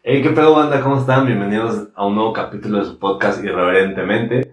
Hey, ¿qué pedo, banda? ¿Cómo están? Bienvenidos a un nuevo capítulo de su podcast Irreverentemente.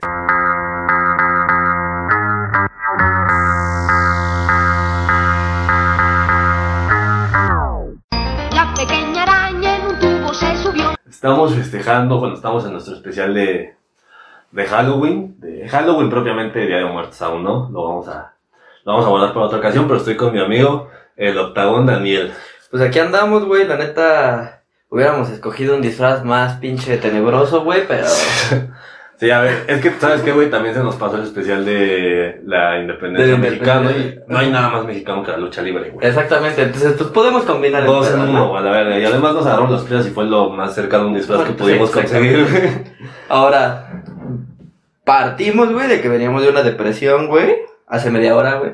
La pequeña araña en un tubo se subió. Estamos festejando cuando estamos en nuestro especial de Halloween. De Halloween propiamente, Día de Muertos aún no. Lo vamos a guardar para otra ocasión, pero estoy con mi amigo, el Octagón Daniel. Pues aquí andamos, güey, la neta, hubiéramos escogido un disfraz más pinche tenebroso, güey, pero... Sí, a ver, es que, ¿sabes qué, güey? También se nos pasó el especial de la independencia mexicana y no hay nada más mexicano que la lucha libre, güey. Exactamente, entonces pues podemos combinar Dos en pedo, uno, ¿no? a la verga. Y además nos agarramos las pilas y fue lo más cercano de un disfraz que pudimos Sí, conseguir, güey. Ahora, partimos, güey, de que veníamos de una depresión, güey, hace media hora, güey.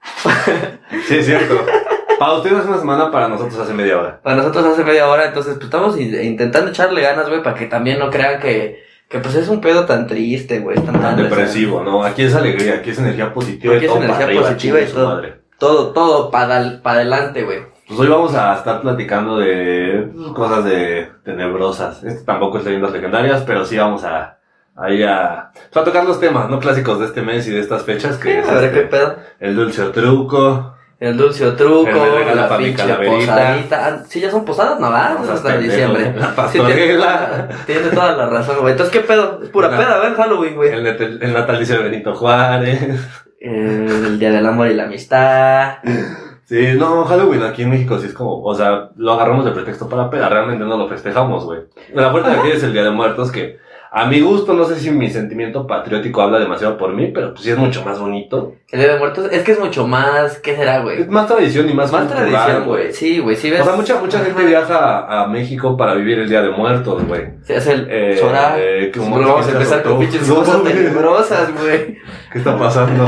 Sí, es cierto. Para ustedes hace una semana, para nosotros hace media hora. Para nosotros hace media hora, entonces pues estamos intentando echarle ganas, güey, para que también no crean que pues es un pedo tan triste, güey, Tan depresivo, ¿no? Aquí es alegría, aquí es energía positiva. Aquí y es todo energía para arriba, positiva y chingue su todo. madre. Todo para adelante, güey. Pues hoy vamos a estar platicando de cosas tenebrosas. Tampoco es leyendas legendarias, pero sí vamos a tocar los temas, ¿no? Clásicos de este mes y de estas fechas, que es A ver qué pedo. el dulce o truco. El dulce o truco, El me regala la pa' mi pinche calaverita. posadita. Ah, sí, ya son posadas, ¿no? ¿verdad? Vamos Hasta hasta diciembre. la Sí, pastorela. tiene toda la razón, güey. Entonces, ¿qué pedo? Es pura Una- peda, ¿ven? Halloween, güey. El natalicio de Benito Juárez. El Día del Amor y la Amistad. Sí, no, Halloween aquí en México sí es como, o sea, lo agarramos de pretexto para peda, realmente no lo festejamos, güey. La fuerte de aquí es el Día de Muertos, que a mi gusto, no sé si mi sentimiento patriótico habla demasiado por mí, pero pues sí es mucho más bonito. El Día de Muertos es que es mucho más, ¿qué será, Es güey? más tradición y más Más cultural, tradición, güey. Sí, güey, sí ves. O sea, mucha gente viaja a México para vivir el Día de Muertos, güey. Se hace el Sora, Como vamos a empezar con pinches cosas tenebrosas, güey. ¿Qué está pasando?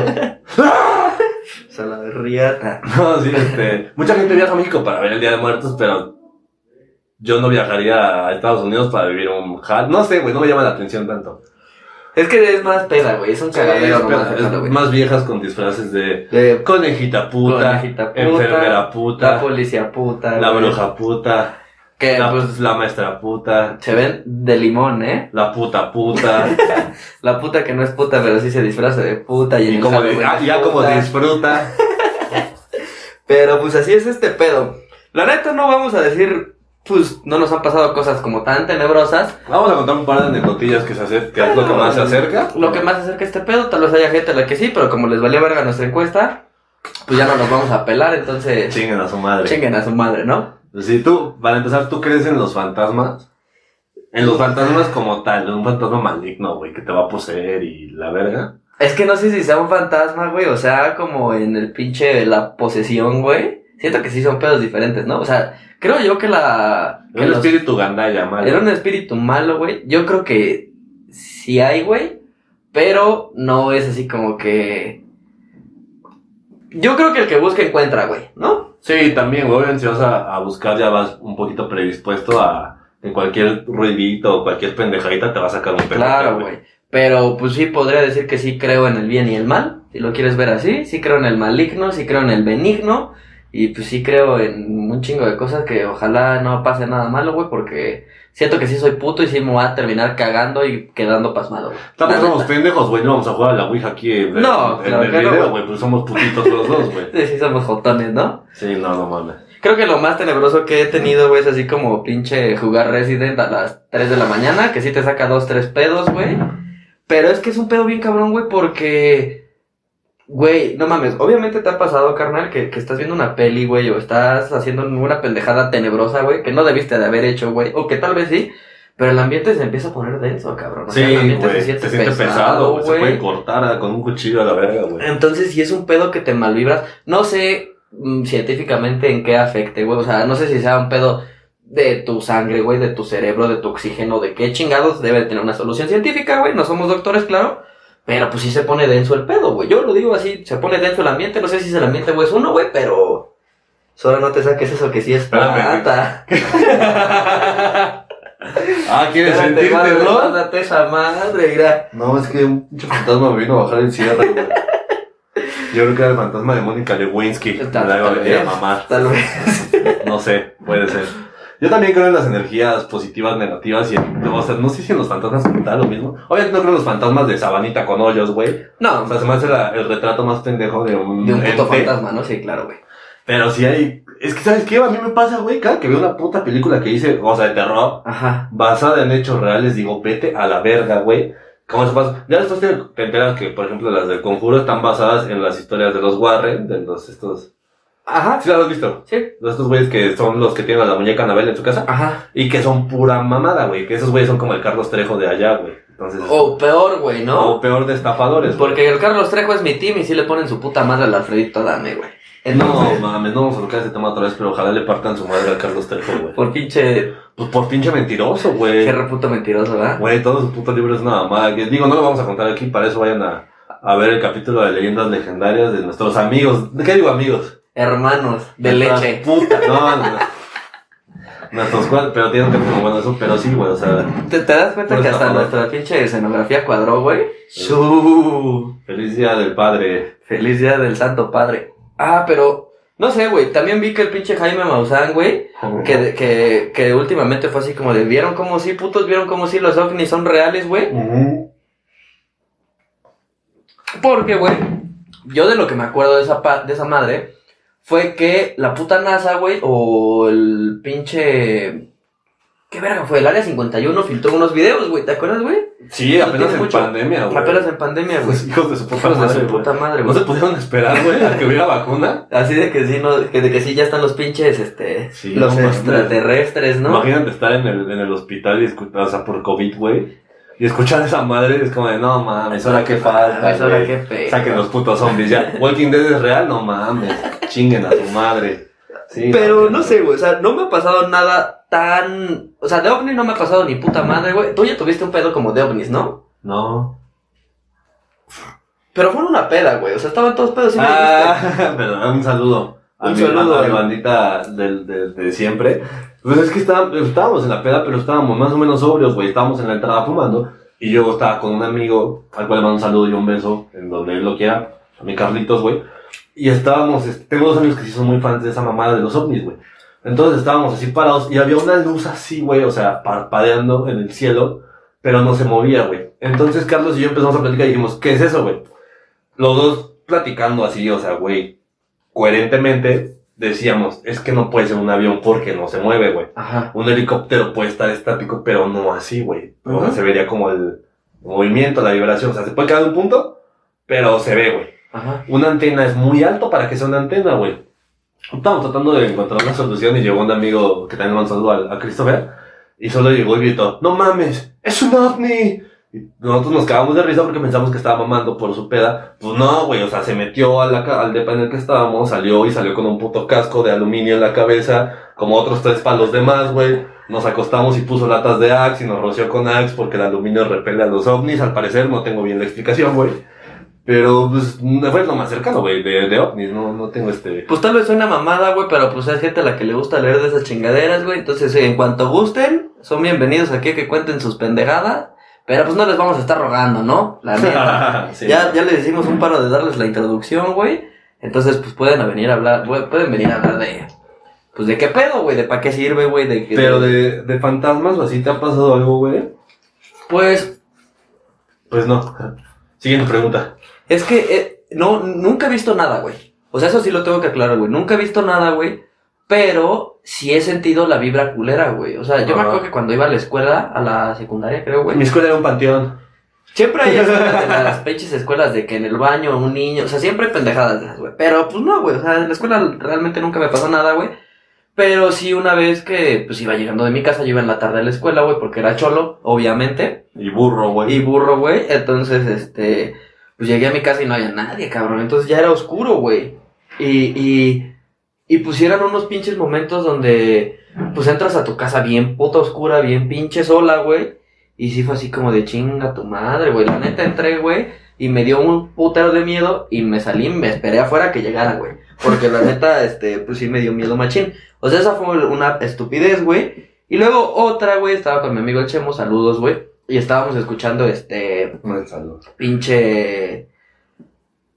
O sea, la riata. No, sí, mucha gente viaja a México para ver el Día de Muertos, pero yo no viajaría a Estados Unidos para vivir un no sé, güey, no me llama la atención tanto. Es que es más peda, güey. Es un cagadero nomás. Es Halloween. más viejas con disfraces de De conejita puta, conejita puta, enfermera la puta, policía puta, la güey. bruja puta, Que pues la maestra puta, se ven de limón, ¿eh? la puta puta, La puta que no es puta, pero sí se disfraza de puta. Y, en y el como Halloween es ya como puta. disfruta. Pero pues así es este pedo. La neta no vamos a decir, pues no nos han pasado cosas como tan tenebrosas. Vamos a contar un par de anecotillas que es lo que más se acerca. Lo que más se acerca a este pedo, tal vez haya gente a la que sí, pero como les valió verga nuestra encuesta, pues ya no nos vamos a pelar, entonces Chinguen a su madre. chinguen a su madre, ¿no? Sí, para empezar, ¿tú crees en los fantasmas? En los fantasmas como tal, un fantasma maligno, güey, que te va a poseer y la verga. Es que no sé si sea un fantasma, güey, o sea, como en el pinche, la posesión, güey. Siento que sí son pedos diferentes, ¿no? O sea, creo yo que Era un espíritu gandalla, malo. era un espíritu malo, güey. Yo creo que sí hay, güey, pero no es así como que... Yo creo que el que busca encuentra, güey, ¿no? Sí, también, güey, obviamente si vas a buscar ya vas un poquito predispuesto a que cualquier ruidito o cualquier pendejadita te va a sacar un pedo. Claro, güey. Pero pues sí podría decir que sí creo en el bien y el mal, si lo quieres ver así. Sí creo en el maligno, sí creo en el benigno. Y pues sí creo en un chingo de cosas que ojalá no pase nada malo, güey, porque siento que sí soy puto y sí me voy a terminar cagando y quedando pasmado, güey. Tampoco La somos neta. pendejos, güey, no vamos a jugar a la Ouija aquí en No, claro el que no, video, güey. güey, pues somos putitos los dos, güey. Sí, sí somos jotones, ¿no? Sí, no mames. Creo que lo más tenebroso que he tenido, güey, es así como pinche jugar Resident a las 3 de la mañana, que sí te saca 2-3 pedos, güey. Pero es que es un pedo bien cabrón, güey, porque... Güey, no mames, obviamente te ha pasado, carnal, que estás viendo una peli, güey, o estás haciendo una pendejada tenebrosa, güey, que no debiste de haber hecho, güey, o que tal vez sí, pero el ambiente se empieza a poner denso, cabrón. O sea, Sí, el ambiente güey, se siente pesado, güey, se puede cortar con un cuchillo a la verga, güey. Entonces, si es un pedo que te malvibras, no sé científicamente en qué afecte, güey, o sea, no sé si sea un pedo de tu sangre, güey, de tu cerebro, de tu oxígeno, de qué chingados debe tener una solución científica, güey, no somos doctores, claro. Pero pues sí se pone denso el pedo, güey. Yo lo digo así, se pone denso el ambiente. No sé si es el ambiente o es uno, güey, pero... Solo no te saques eso que sí es Espérame. plata. ¿Quieres Espérate, sentirte, madre, no? mándate esa madre, mira. No, es que un pinche fantasma me vino a bajar el cierre, güey. Yo creo que era el fantasma de Mónica Lewinsky. Me la iba a venir a mamar. Tal vez. No sé, puede ser. Yo también creo en las energías positivas, negativas y o sea, no sé si en los fantasmas como tal lo mismo. Obviamente no creo en los fantasmas de sabanita con hoyos, güey. No, O sea, se me hace el retrato más pendejo de un de un puto ente. fantasma, ¿no? Sí, claro, güey. Pero sí hay... Es que, ¿sabes qué? A mí me pasa, güey, cada que veo una puta película que dice, o sea, de terror, Ajá. basada en hechos reales, digo, vete a la verga, güey. ¿Cómo se pasa? Ya después te enteras que, por ejemplo, las del Conjuro están basadas en las historias de los Warren, de los estos... Ajá. ¿Sí las has visto? Sí. De estos güeyes que son los que tienen a la muñeca Anabel en su casa. Ajá. Y que son pura mamada, güey. Que esos güeyes son como el Carlos Trejo de allá, güey. Entonces... O peor, güey, ¿no? O peor de estafadores, güey. Porque el Carlos Trejo es mi team y sí le ponen su puta madre al Alfredito Adame, güey. No, Entonces, mames, no vamos a tocar ese tema otra vez, pero ojalá le partan su madre al Carlos Trejo, güey. por pinche... Pues por pinche mentiroso, güey. Qué reputo mentiroso, ¿verdad? Güey, todo su puto libro es una mamada. Que, digo, no lo vamos a contar aquí, para eso vayan a ver el capítulo de leyendas legendarias de nuestros amigos. ¿De qué digo amigos? Hermanos de Nuestras leche. Puta, no. Nuestros cuatro, pero tienen un capítulo bueno eso, pero sí, güey, o sea. ¿Te das cuenta Por que hasta favor. nuestra pinche escenografía cuadró, güey? Feliz día del padre. Feliz día del Santo Padre. Ah, pero... No sé, güey. También vi que el pinche Jaime Maussan, güey, que últimamente fue así como de... ¿Vieron cómo sí, putos? ¿Vieron cómo sí los ovnis son reales, güey? Ujú. Porque, güey, yo de lo que me acuerdo de esa madre fue que la puta NASA, güey, o el pinche... ¿Qué verga fue? El Área 51 filtró unos videos, güey, ¿te acuerdas, güey? Sí, apenas tiene en mucho. pandemia, güey. Apenas en pandemia, güey. Los hijos de su puta Hijos de madre, su güey. puta madre, No güey. se pudieron esperar, güey, a que hubiera vacuna. Así de que sí, no, de que sí ya están los pinches, Sí, los no mames. extraterrestres, ¿no? Imagínate estar en el hospital y escuchar, o sea, por COVID, güey. Y escuchar esa madre es como de, no mames, ahora qué falta. Es hora güey. que fe. Saquen los putos zombies ya. Walking Dead es real, no mames. Chinguen a su madre. Sí, Pero que no sé, güey, o sea, no me ha pasado nada tan... O sea, de ovni no me ha pasado ni puta madre, güey. Tú ya tuviste un pedo como de ovnis, ¿no? No. Pero fue una peda, güey, o sea, estaban todos pedos y me dijiste. Ah, pero un saludo. Un saludo, a mi eh. bandita de siempre. Pues es que estábamos en la peda, pero estábamos más o menos sobrios, güey. Estábamos en la entrada fumando. Y yo estaba con un amigo, al cual le mando un saludo y un beso, en donde él lo quiera, a mi Carlitos, güey. Y estábamos, tengo dos amigos que sí son muy fans de esa mamada de los ovnis, güey. Entonces estábamos así parados y había una luz así, güey, o sea, parpadeando en el cielo, pero no se movía, güey. Entonces Carlos y yo empezamos a platicar y dijimos, ¿qué es eso, güey? Los dos platicando así, o sea, güey, coherentemente decíamos, es que no puede ser un avión porque no se mueve, güey. Ajá. Un helicóptero puede estar estático, pero no así, güey. O sea, Ujú. se vería como el movimiento, la vibración. O sea, se puede quedar en un punto, pero se ve, güey. Ajá. Una antena es muy alto para que sea una antena, güey. Estábamos tratando de encontrar una solución y llegó un amigo que también le mando un saludo a Christopher. Y solo llegó y gritó, ¡no mames! ¡Es un ovni! Y nosotros nos cagamos de risa porque pensamos que estaba mamando por su peda. Pues no, güey, o sea, se metió al depa en el que estábamos, salió con un puto casco de aluminio en la cabeza, como otros 3 palos de más, güey. Nos acostamos y puso latas de Axe y nos roció con Axe porque el aluminio repele a los ovnis. Al parecer, no tengo bien la explicación, güey. Pero, pues, fue lo más cercano, güey, de ovnis, no tengo Pues tal vez suena mamada, güey, pero pues hay gente a la que le gusta leer de esas chingaderas, güey. Entonces, en cuanto gusten, son bienvenidos aquí a que cuenten sus pendejadas. Pero pues no les vamos a estar rogando, ¿no? La neta. Sí. Ya les hicimos un paro de darles la introducción, güey. Entonces, pues pueden venir a hablar de... Pues de qué pedo, güey, de para qué sirve, güey, de que... Pero de fantasmas o así, ¿te ha pasado algo, güey? Pues, Pues no. Siguiente pregunta. es que nunca he visto nada, güey. O sea, eso sí lo tengo que aclarar, güey. Nunca he visto nada, güey. Pero sí he sentido la vibra culera, güey. O sea, yo me acuerdo que cuando iba a la escuela, a la secundaria, creo, güey. Mi escuela era un panteón. Siempre hay escuelas de las pinches escuelas de que en el baño un niño... O sea, siempre hay pendejadas de esas, güey. Pero, pues no, güey. O sea, en la escuela realmente nunca me pasó nada, güey. Pero sí una vez que, pues iba llegando de mi casa, yo iba en la tarde a la escuela, güey, porque era cholo, obviamente. Y burro, güey. Y burro, güey. Entonces, pues llegué a mi casa y no había nadie, cabrón. Entonces ya era oscuro, güey. Y pusieran unos pinches momentos donde, pues entras a tu casa bien puta oscura, bien pinche sola, güey. Y sí fue así como de chinga tu madre, güey. La neta entré, güey, y me dio un putero de miedo y me salí, me esperé afuera que llegara, güey. Porque la neta, pues sí me dio miedo machín. O sea, esa fue una estupidez, güey. Y luego otra, güey, estaba con mi amigo el Chemo, saludos, güey. Y estábamos escuchando, Un saludo. pinche...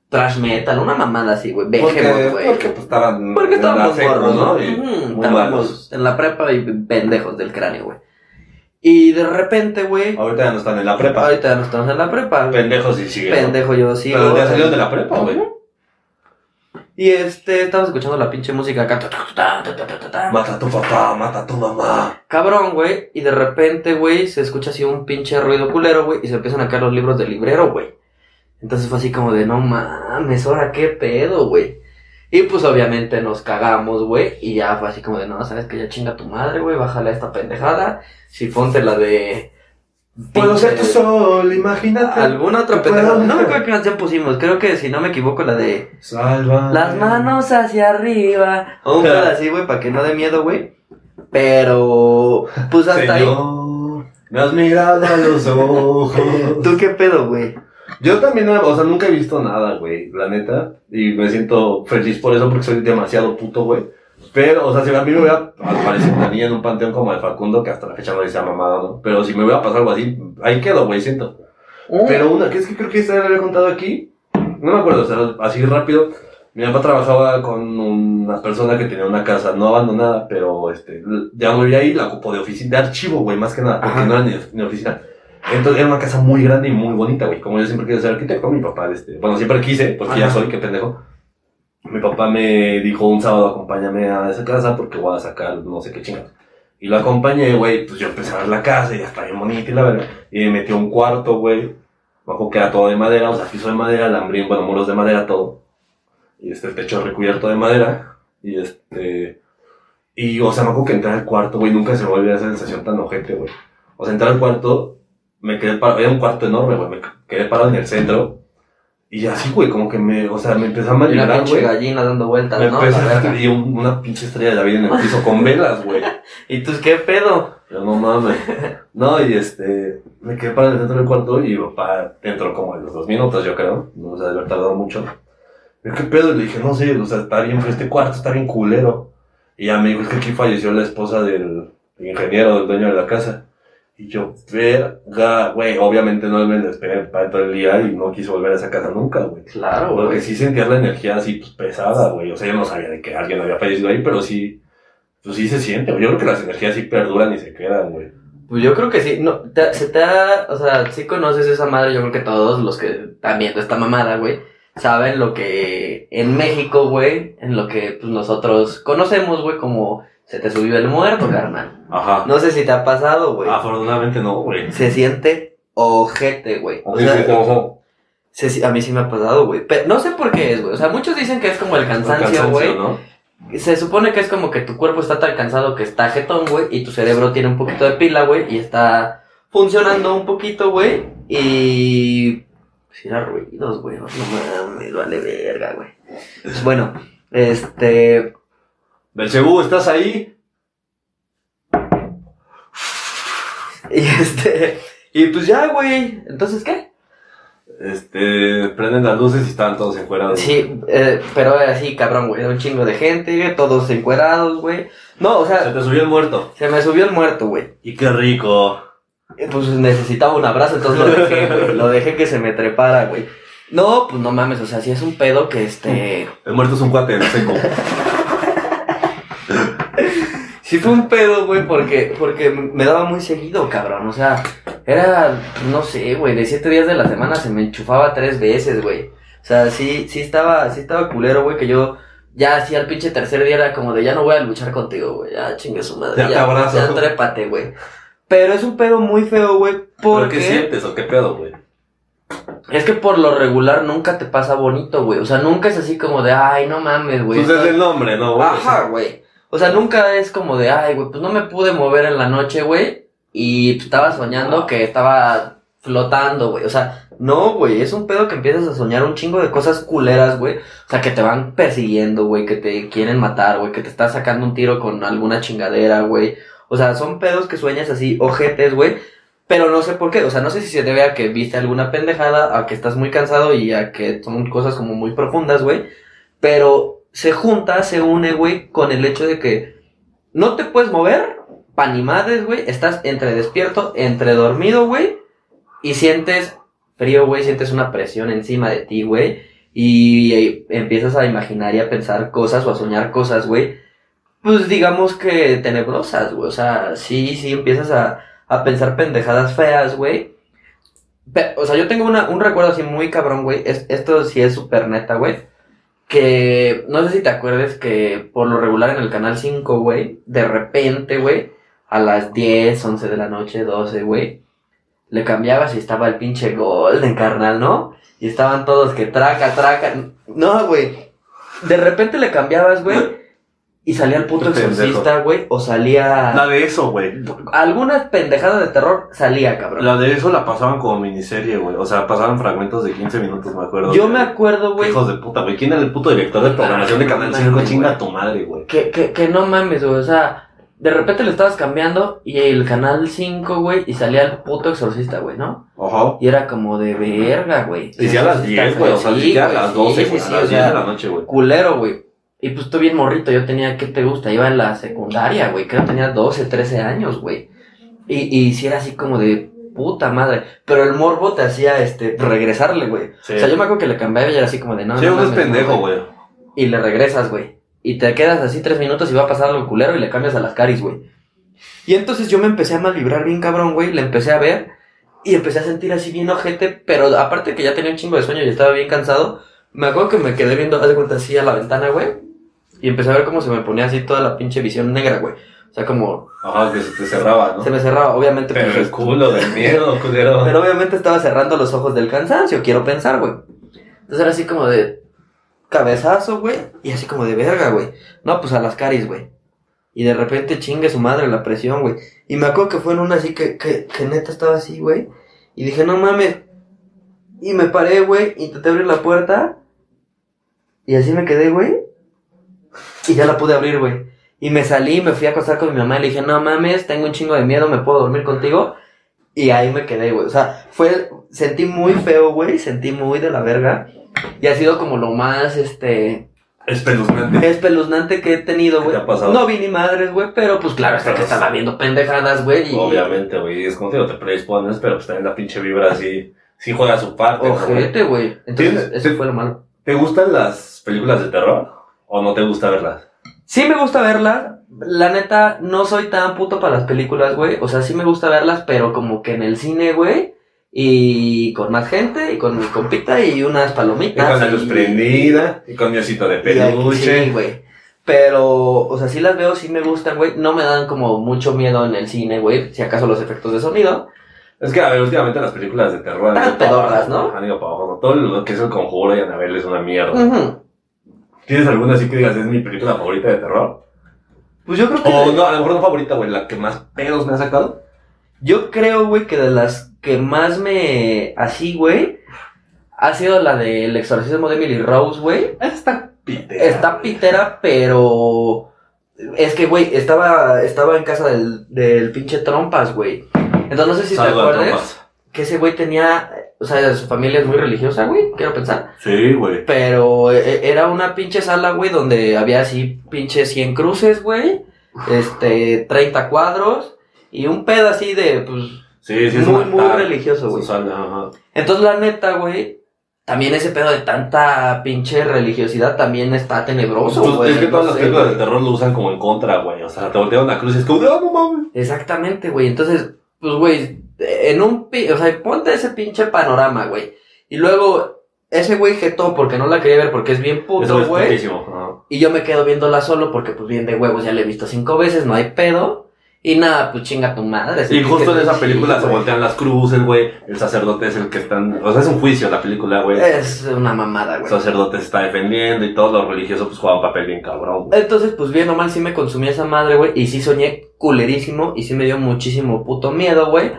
trash metal, una mamada así, güey. Porque Behemoth, güey. pues estaban. Porque en la estábamos secu, morros, ¿no? Y Ujú, muy estábamos malos. en la prepa y pendejos del cráneo, güey. Y de repente, güey, Ahorita ya no están en la prepa. ahorita ya no estamos en la prepa, güey. Pendejos y siguen. Pendejo yo sí. Pero ya salieron de la prepa, güey. Y estamos escuchando la pinche música acá. Mata a tu papá, mata a tu mamá. Cabrón, güey. Y de repente, güey, se escucha así un pinche ruido culero, güey. Y se empiezan a caer los libros del librero, güey. Entonces fue así como de, no mames, ahora qué pedo, güey. Y pues obviamente nos cagamos, güey. Y ya fue así como de, no, sabes que ya chinga tu madre, güey. Bájale a esta pendejada. Si ponte la de... Puedo ser tu pinche- sol, imagínate. ¿Alguna otra que pendejada? puedo- No me acuerdo qué canción pusimos. Creo que si no me equivoco la de... Salva. Las manos hacia arriba. O un pedo así, güey, para que no dé miedo, güey. Pero, pues hasta ahí. Señor, me has mirado a los ojos. ¿Tú qué pedo, güey? Yo también, o sea, nunca he visto nada, güey, la neta. Y me siento feliz por eso, porque soy demasiado puto, güey. Pero, o sea, si a mí me hubiera aparecido una niña en un panteón como el Facundo, que hasta la fecha no dice mamada, ¿no? Pero si me hubiera pasado algo así, ahí quedo, güey, siento. Pero una, que es que creo que esta ya la había contado aquí. No me acuerdo, o sea, así rápido. Mi papá trabajaba con una persona que tenía una casa no abandonada, pero ya no vivía ahí, la ocupó de oficina, de archivo, güey, más que nada, porque Ajá. no era ni oficina. Entonces era una casa muy grande y muy bonita, güey. Como yo siempre quise ser arquitecto, mi papá, bueno, siempre quise, porque ya Ajá. soy, qué pendejo. Mi papá me dijo un sábado, acompáñame a esa casa porque voy a sacar no sé qué chingados. Y lo acompañé, güey, pues yo empecé a ver la casa y ya está bien bonita y la verdad. Y me metió un cuarto, güey. Bajo que era todo de madera, o sea, piso de madera, lambrín, bueno, muros de madera, todo. Y el techo recubierto de madera. Y o sea, me acuerdo que entré al cuarto, güey, nunca se me olvidó esa sensación tan ojete, güey. O sea, entré al cuarto, me quedé parado, era un cuarto enorme, güey, me quedé parado en el centro. Y así, güey, como que me empezó a Una malibrar, pinche güey. gallina dando vueltas, Me ¿no? empezó La verga. y una pinche estrella de David en el piso con velas, güey. ¿Y tú qué pedo? Yo no mames. No, y me quedé para el centro del cuarto y mi papá entró como a los 2 minutos, yo creo. No se debe haber tardado mucho. Yo, ¿qué pedo? Y le dije, no sé, o sea, está bien, este cuarto está bien culero. Y ya me dijo, es que aquí falleció la esposa del ingeniero, del dueño de la casa. Y yo, verga, güey, obviamente no me despegué para todo el día y no quise volver a esa casa nunca, güey. Claro, Porque güey. sí sentías la energía así, pues, pesada, güey. O sea, yo no sabía de que alguien había fallecido ahí, pero sí, pues sí se siente, güey. Yo creo que las energías sí perduran y se quedan, güey. Pues yo creo que sí. No, o sea, sí conoces esa madre. Yo creo que todos los que están viendo esta mamada, güey, saben lo que en México, güey, en lo que pues, nosotros conocemos, güey, como se te subió el muerto, carnal. Ajá. No sé si te ha pasado, güey. Afortunadamente no, güey. Se siente ojete, güey. O Sí, sea, sí, ojo. a mí sí me ha pasado, güey. Pero no sé por qué es, güey. O sea, muchos dicen que es como el cansancio, güey. ¿no? Se supone que es como que tu cuerpo está tan cansado que está jetón, güey, y tu cerebro tiene un poquito de pila, güey, y está funcionando un poquito, güey, y... Pues era ruidos, güey, no mames, vale verga, güey. Pues bueno, Belcebú, ¿estás ahí? y pues ya, güey, entonces, ¿qué? Prenden las luces y estaban todos encuerados. Sí, pero así, cabrón, güey, un chingo de gente, todos encuerados, güey. No, o Se sea, te subió el muerto. se me subió el muerto, güey. Y qué rico. Pues necesitaba un abrazo, entonces lo dejé, güey. Lo dejé que se me trepara, güey. No, pues no mames, o sea, sí es un pedo que El muerto es un cuate en seco. Sí fue un pedo, güey, porque me daba muy seguido, cabrón. O sea, era, no sé, güey, de 7 días de la semana se me enchufaba 3 veces, güey. O sea, sí estaba culero, güey, que yo ya hacía el pinche tercer día era como de ya no voy a luchar contigo, güey. Ya chingue su madre. Ya te abrazo. Ya trépate, güey. Pero es un pedo muy feo, güey, ¿Pero porque... qué sientes o qué pedo, güey? Es que por lo regular nunca te pasa bonito, güey. O sea, nunca es así como de, ay, no mames, güey. Pues es el nombre, ¿no, güey? Ajá, güey. O sea, nunca es como de, ay, güey, pues no me pude mover en la noche, güey. Y pues, estaba soñando que estaba flotando, güey. O sea, no, güey. Es un pedo que empiezas a soñar un chingo de cosas culeras, güey. O sea, que te van persiguiendo, güey. Que te quieren matar, güey. Que te estás sacando un tiro con alguna chingadera, güey. O sea, son pedos que sueñas así, ojetes, güey. Pero no sé por qué. O sea, no sé si se debe a que viste alguna pendejada, a que estás muy cansado y a que son cosas como muy profundas, güey. Pero se junta, se une, güey, con el hecho de que no te puedes mover, pa' ni madres, güey. Estás entre despierto, entre dormido, güey. Y sientes frío, güey, sientes una presión encima de ti, güey. y empiezas a imaginar y a pensar cosas o a soñar cosas, güey, pues digamos que tenebrosas, güey, o sea, sí empiezas a pensar pendejadas feas, güey. O sea, yo tengo un recuerdo así muy cabrón, güey, esto sí es súper neta, güey, que no sé si te acuerdas que por lo regular en el canal 5, güey, de repente, güey, a las 10, 11 de la noche, 12, güey, le cambiabas y estaba el pinche Golden, carnal, ¿no? Y estaban todos que traca. No, güey. De repente le cambiabas, güey, y salía el puto exorcista, güey, o salía... La de eso, güey. Algunas pendejadas de terror salía, cabrón. La de eso la pasaban como miniserie, güey. O sea, pasaban fragmentos de 15 minutos, me acuerdo. Yo me acuerdo, güey. Hijos de puta, güey. ¿Quién era el puto director de programación de Canal 5? Chinga tu madre, güey. Que no mames, güey, o sea... De repente le estabas cambiando y el canal 5, güey, y salía el puto exorcista, güey, ¿no? Ajá. Y era como de verga, güey. Y ya a las 10, güey, o sea, sí, ya a las 12, güey, sí, a las 10 de la noche, güey. Culero, güey. Y pues tú bien morrito, yo tenía, ¿qué te gusta? Iba en la secundaria, güey, creo que tenía 12, 13 años, güey. Y sí era así como de puta madre. Pero el morbo te hacía, regresarle, güey. Sí. O sea, yo me acuerdo que le cambiaba y era así como de no. Sí, uno es pendejo, güey. Y le regresas, güey. Y te quedas así 3 minutos y va a pasar algo culero y le cambias a las caris, güey. Y entonces yo me empecé a malvibrar bien cabrón, güey, le empecé a ver y empecé a sentir así bien ojete, pero aparte que ya tenía un chingo de sueño y estaba bien cansado, me acuerdo que me quedé viendo, haz de cuenta, así a la ventana, güey, y empecé a ver cómo se me ponía así toda la pinche visión negra, güey. O sea, como... Ajá, que se te cerraba, ¿no? Se me cerraba, obviamente. Pero pues, el culo del miedo, culero. Pero obviamente estaba cerrando los ojos del cansancio, quiero pensar, güey. Entonces era así como de cabezazo, güey, y así como de verga, güey. No, pues a las caris, güey. Y de repente chingue su madre la presión, güey. Y me acuerdo que fue en una así que neta estaba así, güey. Y dije, no mames. Y me paré, güey. Intenté abrir la puerta. Y así me quedé, güey. Y ya la pude abrir, güey. Y me salí, me fui a acostar con mi mamá. Y le dije, no mames, tengo un chingo de miedo, ¿me puedo dormir contigo? Y ahí me quedé, güey. O sea, sentí muy feo, güey. Sentí muy de la verga. Y ha sido como lo más, espeluznante que he tenido, güey. No vi ni madres, güey, pero pues claro, hasta que estaba viendo pendejadas, güey. Obviamente, güey, es como te predispones, pero pues también la pinche vibra así, sí juega su parte. Ojete, güey. Entonces, eso fue lo malo. ¿Te gustan las películas de terror? ¿O no te gusta verlas? Sí me gusta verlas. La neta, no soy tan puto para las películas, güey. O sea, sí me gusta verlas, pero como que en el cine, güey. Y con más gente, y con mi compita, y unas palomitas. Y con la luz prendida, y con mi osito de peluche. Sí, güey. Pero, o sea, sí las veo, sí me gustan, güey. No me dan como mucho miedo en el cine, güey. Si acaso los efectos de sonido. Es que, a ver, últimamente las películas de terror... Están pedorras, ¿no? Han ido para abajo, ¿no? Todo lo que es El Conjuro y Annabelle es una mierda. Uh-huh. ¿Tienes alguna así que digas, es mi película favorita de terror? Pues yo creo que... O no, a lo mejor no favorita, güey, la que más pedos me ha sacado. Yo creo, güey, que de las que más me... Así, güey, ha sido la del exorcismo de Emily Rose, güey. Está pitera. Está pitera, pero... Es que, güey, estaba en casa del pinche Trompas, güey. Entonces no sé si te acuerdas que ese güey tenía... O sea, su familia es muy religiosa, güey, quiero pensar. Sí, güey. Pero era una pinche sala, güey, donde había así pinche 100 cruces, güey. 30 cuadros. Y un pedo así de, pues... Sí, es muy religioso, güey. Entonces, la neta, güey, también ese pedo de tanta pinche religiosidad también está tenebroso, güey. Pues, es que todas las películas de terror lo usan como en contra, güey. O sea, te voltean la cruz y es como, no mames. Exactamente, güey. Entonces, pues, güey, o sea, ponte ese pinche panorama, güey. Y luego, ese güey jetó porque no la quería ver porque es bien puto, güey. Y yo me quedo viéndola solo porque, pues, bien de huevos, ya la he visto 5 veces, no hay pedo. Y nada, pues chinga tu madre. Y justo en esa película se voltean las cruces, güey. El sacerdote es el que están... O sea, es un juicio la película, güey. Es una mamada, güey. El sacerdote se está defendiendo y todo lo religioso pues juega un papel bien cabrón, güey. Entonces, pues bien o mal sí me consumí esa madre, güey. Y sí soñé culerísimo y sí me dio muchísimo puto miedo, güey.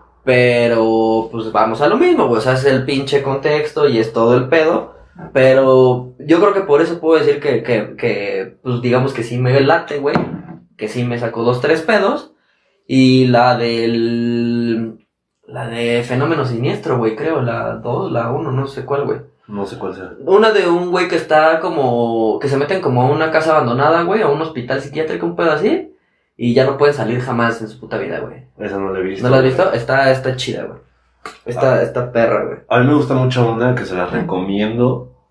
Pero, pues vamos a lo mismo, güey. O sea, es el pinche contexto y es todo el pedo. Pero yo creo que por eso puedo decir que pues digamos que sí me late, güey. Que sí me sacó 2-3 pedos. Y la de Fenómeno Siniestro, güey, creo. La 2, la 1, no sé cuál, güey. No sé cuál sea. Una de un güey que está como... Que se meten como a una casa abandonada, güey. A un hospital psiquiátrico, un pedo así. Y ya no pueden salir jamás en su puta vida, güey. Esa no la he visto. ¿No la has visto? Está chida, güey. Está perra, güey. A mí me gusta mucho una que se la recomiendo.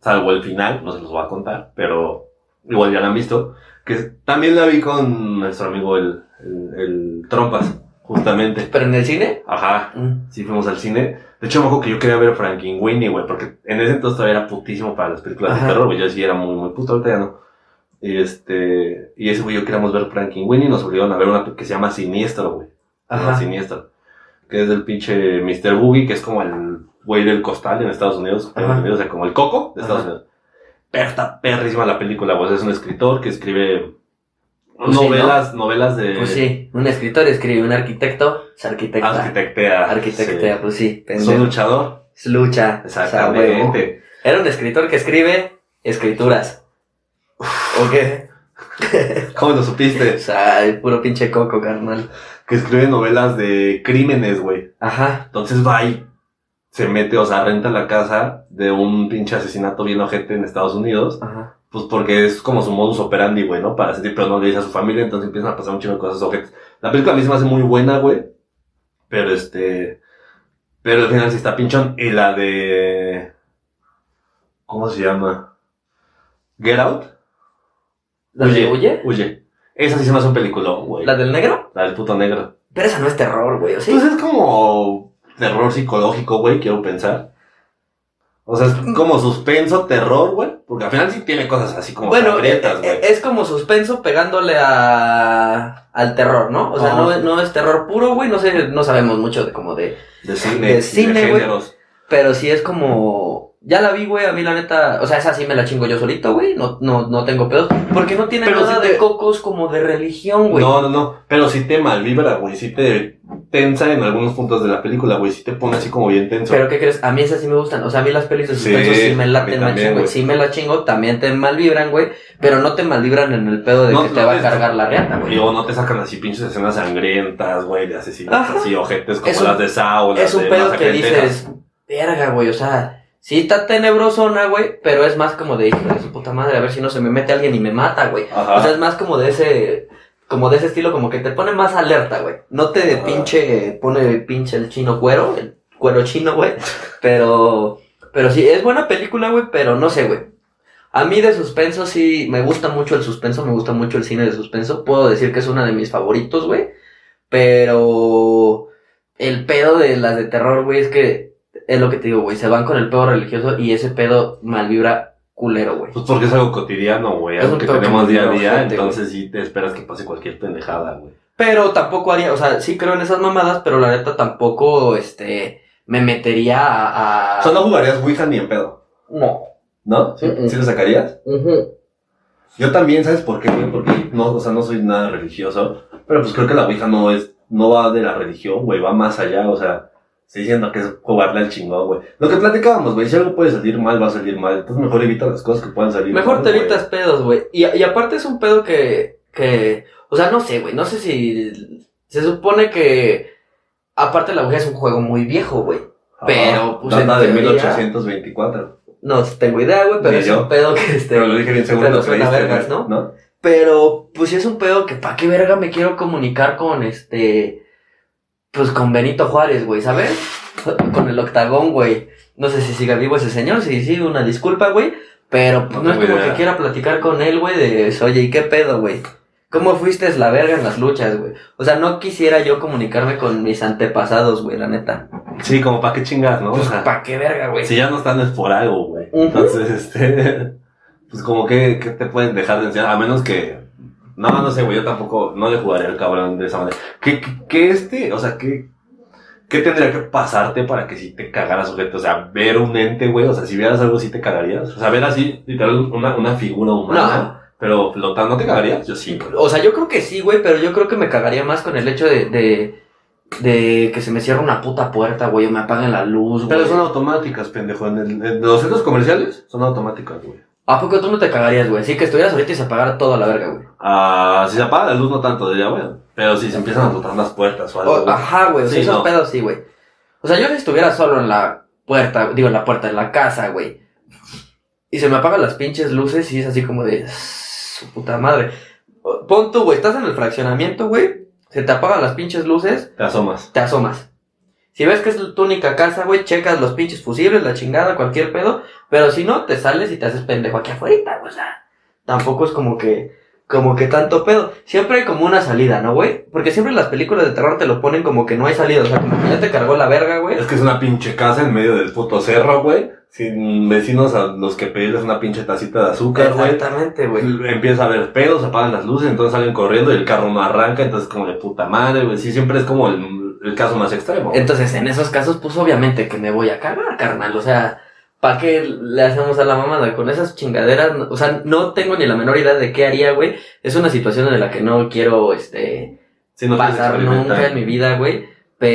salvo el final, no se los voy a contar, pero igual ya la han visto, que también la vi con nuestro amigo el Trompas, justamente. ¿Pero en el cine? Ajá, sí fuimos al cine. De hecho, me acuerdo que yo quería ver Frankenweenie, güey, porque en ese entonces todavía era putísimo para las películas de terror, güey, yo sí era muy, muy puto, ahorita ya no. Y ese güey, yo queríamos ver Frankenweenie y nos obligaron a ver una que se llama Siniestro, güey. Ajá. Siniestro. Que es del pinche Mr. Boogie, que es como el güey del costal en Estados Unidos, o sea, como el Coco de Estados Unidos. Pero está perrísima la película, pues es un escritor que escribe Pues novelas de... Pues sí, un escritor escribe, un arquitecto se arquitecta. Arquitectea. Pues sí. Es un luchador. Es lucha. Exactamente. O sea, era un escritor que escribe escrituras. ¿O qué? ¿Cómo lo supiste? O sea, el puro pinche coco, carnal. Que escribe novelas de crímenes, güey. Ajá. Entonces va y se mete, o sea, renta la casa de un pinche asesinato bien ojete en Estados Unidos. Ajá. Pues porque es como su modus operandi, güey, ¿no? Para sentir, pero no le dice a su familia, entonces empiezan a pasar un chingo de cosas ojetes. La película misma hace muy buena, güey. Pero pero al final sí está pinchón. Y la de... ¿Cómo se llama? ¿Get Out? ¿La de Huye? Huye. Esa sí se me hace un peliculón, güey. ¿La del negro? La del puto negro. Pero esa no es terror, güey, ¿o sí? Pues es como terror psicológico, güey, quiero pensar. O sea, es como suspenso, terror, güey. Porque al final sí tiene cosas así como sangrientas, güey. Es como suspenso pegándole al terror, ¿no? O sea, no es terror puro, güey. No sabemos mucho de cine, de güey. Pero sí es como... Ya la vi, güey, a mí la neta... O sea, esa sí me la chingo yo solito, güey. No tengo pedos. Porque no tiene nada de cocos como de religión, güey. No. Pero sí te malvibra, güey. Sí te tensa en algunos puntos de la película, güey. Sí te pone así como bien tenso. ¿Pero qué crees? A mí esas sí me gustan. O sea, a mí las pelis de suspenso sí me laten machín, güey. Sí me la chingo, también te malvibran, güey. Pero no te malvibran en el pedo de que te va a cargar la reata, güey. O no te sacan así pinches escenas sangrientas, güey, de asesinatos así ojetes como las de Saw, es un pedo que dices, verga, güey, o sea... Sí está tenebrosona, güey, pero es más como de, hijo de su puta madre, a ver si no se me mete alguien y me mata, güey. O sea, es más como de ese estilo, como que te pone más alerta, güey. No te pone pinche el chino cuero, el cuero chino, güey. Pero sí, es buena película, güey, pero no sé, güey. A mí de suspenso sí, me gusta mucho el suspenso, me gusta mucho el cine de suspenso. Puedo decir que es una de mis favoritos, güey. Pero el pedo de las de terror, güey, es que... Es lo que te digo, güey, se van con el pedo religioso y ese pedo malvibra culero, güey. Pues porque es algo cotidiano, güey, algo que tenemos día a día, entonces sí te esperas que pase cualquier pendejada, güey. Pero tampoco haría, o sea, sí creo en esas mamadas, pero la neta tampoco, me metería a... O sea, no jugarías Ouija ni en pedo. No. ¿No? ¿Sí? ¿Sí lo sacarías? Yo también, ¿sabes por qué, güey? Porque no, o sea, no soy nada religioso, pero pues creo que la Ouija no va de la religión, güey, va más allá, o sea... Estoy diciendo que es jugarle al chingón, güey. Lo que platicábamos, güey, si algo puede salir mal, va a salir mal. Entonces mejor evita las cosas que puedan salir mal. Mejor te evitas pedos, güey. Y aparte es un pedo que... O sea, no sé, güey. No sé si... Se supone que... Aparte la Ouija es un juego muy viejo, güey. Pero, pues... Data de 1824. No tengo idea, güey, pero es un pedo que Pero lo dije bien seguro. Pero suena vergas, ¿no? Pero, pues sí es un pedo que... ¿Para qué verga me quiero comunicar con Pues con Benito Juárez, güey, ¿sabes? Con el Octagón, güey. No sé si siga vivo ese señor, sí, una disculpa, güey. Pero pues no es como que quiera platicar con él, güey, oye, ¿y qué pedo, güey? ¿Cómo fuiste la verga en las luchas, güey? O sea, no quisiera yo comunicarme con mis antepasados, güey, la neta. Sí, como para qué chingas, ¿no? Pues para qué verga, güey. Si ya no están es por algo, güey. Entonces, pues como que te pueden dejar de enseñar, a menos que... No sé, güey, yo tampoco, no le jugaría al cabrón de esa manera. O sea, ¿qué tendría que pasarte para que si te cagaras, sujeto? O sea, ver un ente, güey, o sea, si vieras algo, ¿sí te cagarías? O sea, ver así, literal, una figura humana, no. Pero flotando, ¿no te cagarías? Yo sí, güey. O sea, yo creo que sí, güey, pero yo creo que me cagaría más con el hecho de que se me cierra una puta puerta, güey, o me apaguen la luz, güey. Pero son automáticas, pendejo, en los centros comerciales son automáticas, güey. ¿A poco tú no te cagarías, güey? Sí, que estuvieras ahorita y se apagara todo a la verga, güey. Si se apaga la luz no tanto, diría, güey. Pero si se empiezan a flotar las puertas o algo. Ajá, güey, sí, esos pedos sí, güey. O sea, yo si estuviera solo en la puerta, en la casa, güey. Y se me apagan las pinches luces y es así como de... Su puta madre. Pon tú, güey, estás en el fraccionamiento, güey. Se te apagan las pinches luces. Te asomas. Si ves que es tu única casa, güey, checas los pinches fusibles, la chingada, cualquier pedo. Pero si no, te sales y te haces pendejo aquí afuera, güey. O sea, tampoco es como que tanto pedo. Siempre hay como una salida, ¿no, güey? Porque siempre las películas de terror te lo ponen como que no hay salida. O sea, como que ya te cargó la verga, güey. Es que es una pinche casa en medio del puto cerro, güey. Sin vecinos a los que pedirles una pinche tacita de azúcar, güey. Exactamente, güey. Empieza a haber pedos, apagan las luces, entonces salen corriendo y el carro no arranca, entonces como de puta madre, güey. Sí, siempre es como el caso más extremo. Entonces, en esos casos, pues obviamente que me voy a cagar, carnal. O sea, ¿para qué le hacemos a la mamada con esas chingaderas? O sea, no tengo ni la menor idea de qué haría, güey. Es una situación en la que no quiero, Sí, no pasar nunca en mi vida, güey.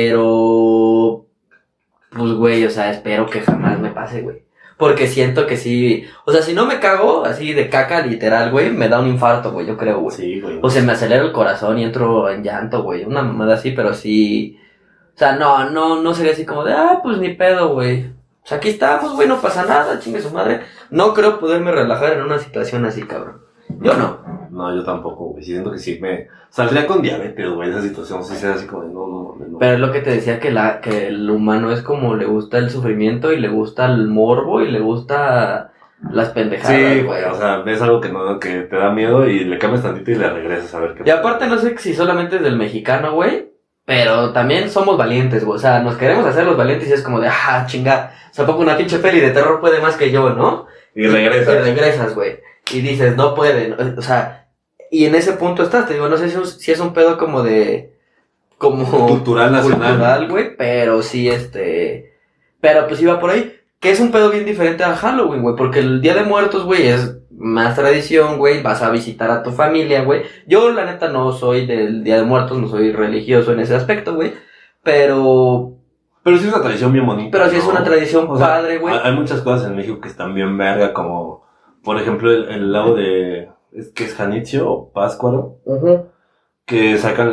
Pero, pues, güey, o sea, espero que jamás me pase, güey. Porque siento que sí, o sea, si no me cago así de caca literal, güey, me da un infarto, güey, yo creo, güey. Sí, güey. O se me acelera el corazón y entro en llanto, güey. Una mamada así, pero sí. O sea, no sería así como de, pues ni pedo, güey. O sea, aquí estamos, güey, no pasa nada, chingue su madre. No creo poderme relajar en una situación así, cabrón. Yo no. No, yo tampoco, güey. Siento que sí me saldría con diabetes, güey, esa situación. Sí, sea así como de, no. Pero es lo que te decía, que el humano es como le gusta el sufrimiento y le gusta el morbo y le gusta las pendejadas, Sí, güey. o sea, ves algo que te da miedo y le cambias tantito y le regresas a ver qué Y aparte no sé si solamente es del mexicano, güey, pero también somos valientes, güey. O sea, nos queremos hacer los valientes y es como de, chinga. O sea, poco una pinche peli de terror puede más que yo, ¿no? Y regresas. Y regresas, güey. Y dices, no puede. O sea, y en ese punto estás, te digo, no sé si es un pedo como de... Como... Cultural nacional. Cultural, güey, pero sí, pero pues iba por ahí. Que es un pedo bien diferente al Halloween, güey. Porque el Día de Muertos, güey, es más tradición, güey. Vas a visitar a tu familia, güey. Yo, la neta, no soy del Día de Muertos. No soy religioso en ese aspecto, güey. Pero sí es una tradición bien bonita. Pero sí es una tradición O sea, padre, güey. Hay muchas cosas en México que están bien verga, como, por ejemplo, el lago de... ¿Es que es Janitzio o Pátzcuaro? Que sacan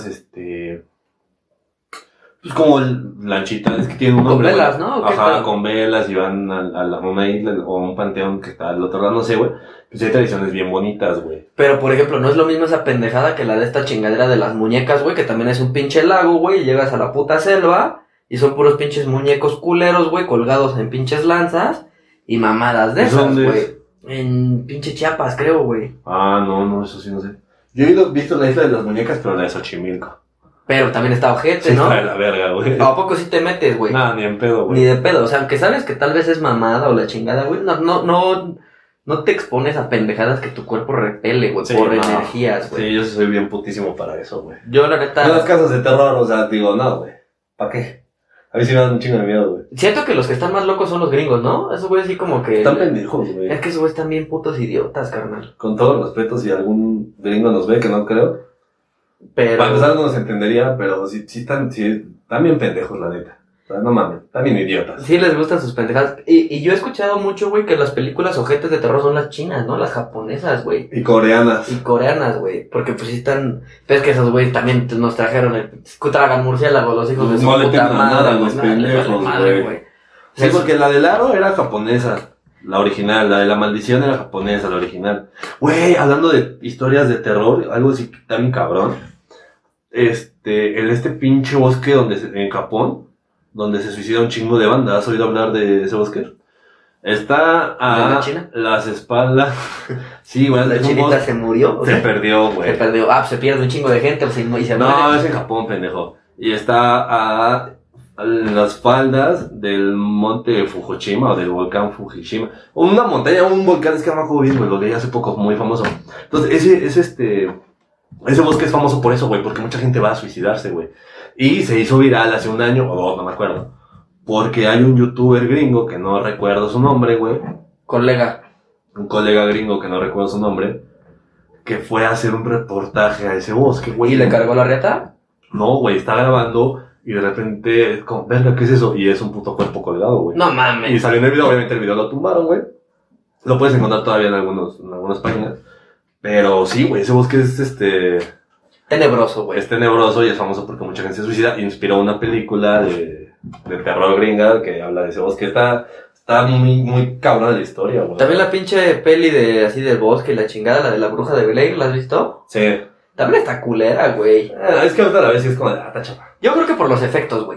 pues como lanchitas que tienen un nombre. Con velas, güey. ¿no? Ajá, con velas y van a una isla o un panteón que está al otro lado, no sé, güey. Pues hay tradiciones bien bonitas, güey. Pero, por ejemplo, no es lo mismo esa pendejada que la de esta chingadera de las muñecas, güey, que también es un pinche lago, güey, y llegas a la puta selva y son puros pinches muñecos culeros, güey, colgados en pinches lanzas y mamadas de esas, güey. En pinche Chiapas, creo, güey. No, eso sí no sé. Yo he visto la isla de las muñecas, pero la de Xochimilco. Pero también está ojete, Sí, ¿no? está de la verga, güey. ¿A poco sí te metes, güey? Nada, ni en pedo, güey. Ni de pedo, o sea, aunque sabes que tal vez es mamada o la chingada, güey, no te expones a pendejadas que tu cuerpo repele, güey, Sí, por no. energías, güey. Sí, yo soy bien putísimo para eso, güey. Yo, la neta... En las casas de terror, o sea, digo, no, güey. ¿Para qué? A mí sí me dan un chingo de miedo, güey. Siento que los que están más locos son los gringos, ¿no? Esos güeyes sí como que... Están pendejos, güey. Es que esos güeyes están bien putos idiotas, carnal. Con todo el respeto, si algún gringo nos ve, que no creo. Pero... Para empezar no nos entendería, pero sí están bien pendejos, la neta. O sea, no mames, están bien idiotas. Sí les gustan sus pendejadas. Y yo he escuchado mucho, güey, que las películas ojetes de terror son las chinas, ¿no? Las japonesas, güey. Y coreanas. Y coreanas, güey. Porque pues sí están... Pero es que esos güeyes también nos trajeron el... Tragan murciélagos, los hijos de su No le puta temen a nada a los güey, no, les vale pendejos, madre, güey. O Sí, sea, porque la del aro era japonesa. La original, la de la maldición era japonesa, la original. Güey, hablando de historias de terror, algo así también cabrón. Pinche bosque en Japón, donde se suicida un chingo de banda. ¿Has oído hablar de ese bosque? Está ¿De la a China? las espaldas. Sí, güey, la es un chinita bosque. se murió. ¿o Se qué? perdió, Se güey. perdió. Pues se pierde un chingo de gente y se No, muere. es en Japón, pendejo. Y está a las faldas del monte Fukushima o del volcán Fukushima. Una montaña, un volcán, es que no me acuerdo bien, güey, lo leí hace poco, muy famoso. Entonces, ese bosque es famoso por eso, güey, porque mucha gente va a suicidarse, güey. Y se hizo viral hace un año o dos, no me acuerdo. Porque hay un youtuber gringo que no recuerdo su nombre, güey. Colega. Un colega gringo que no recuerdo su nombre. Que fue a hacer un reportaje a ese bosque, güey. ¿Y le cargó la riata? No, güey, está grabando y de repente es como, verga, ¿qué es eso? Y es un puto cuerpo colgado, güey. No Y mames. salió en el video, obviamente el video lo tumbaron, güey. Lo puedes encontrar todavía en algunas páginas. Pero sí, güey, ese bosque es Tenebroso, güey. es tenebroso y es famoso porque mucha gente se suicida. Inspiró una película de terror gringa que habla de ese bosque. Está muy, muy cabrón la historia, güey. También la pinche peli de así del bosque y la chingada, la de la bruja de Blair, ¿la has visto? Sí. También está culera, güey. Es que ahorita a la vez sí es como de, está chapa. Yo creo que por los efectos, güey.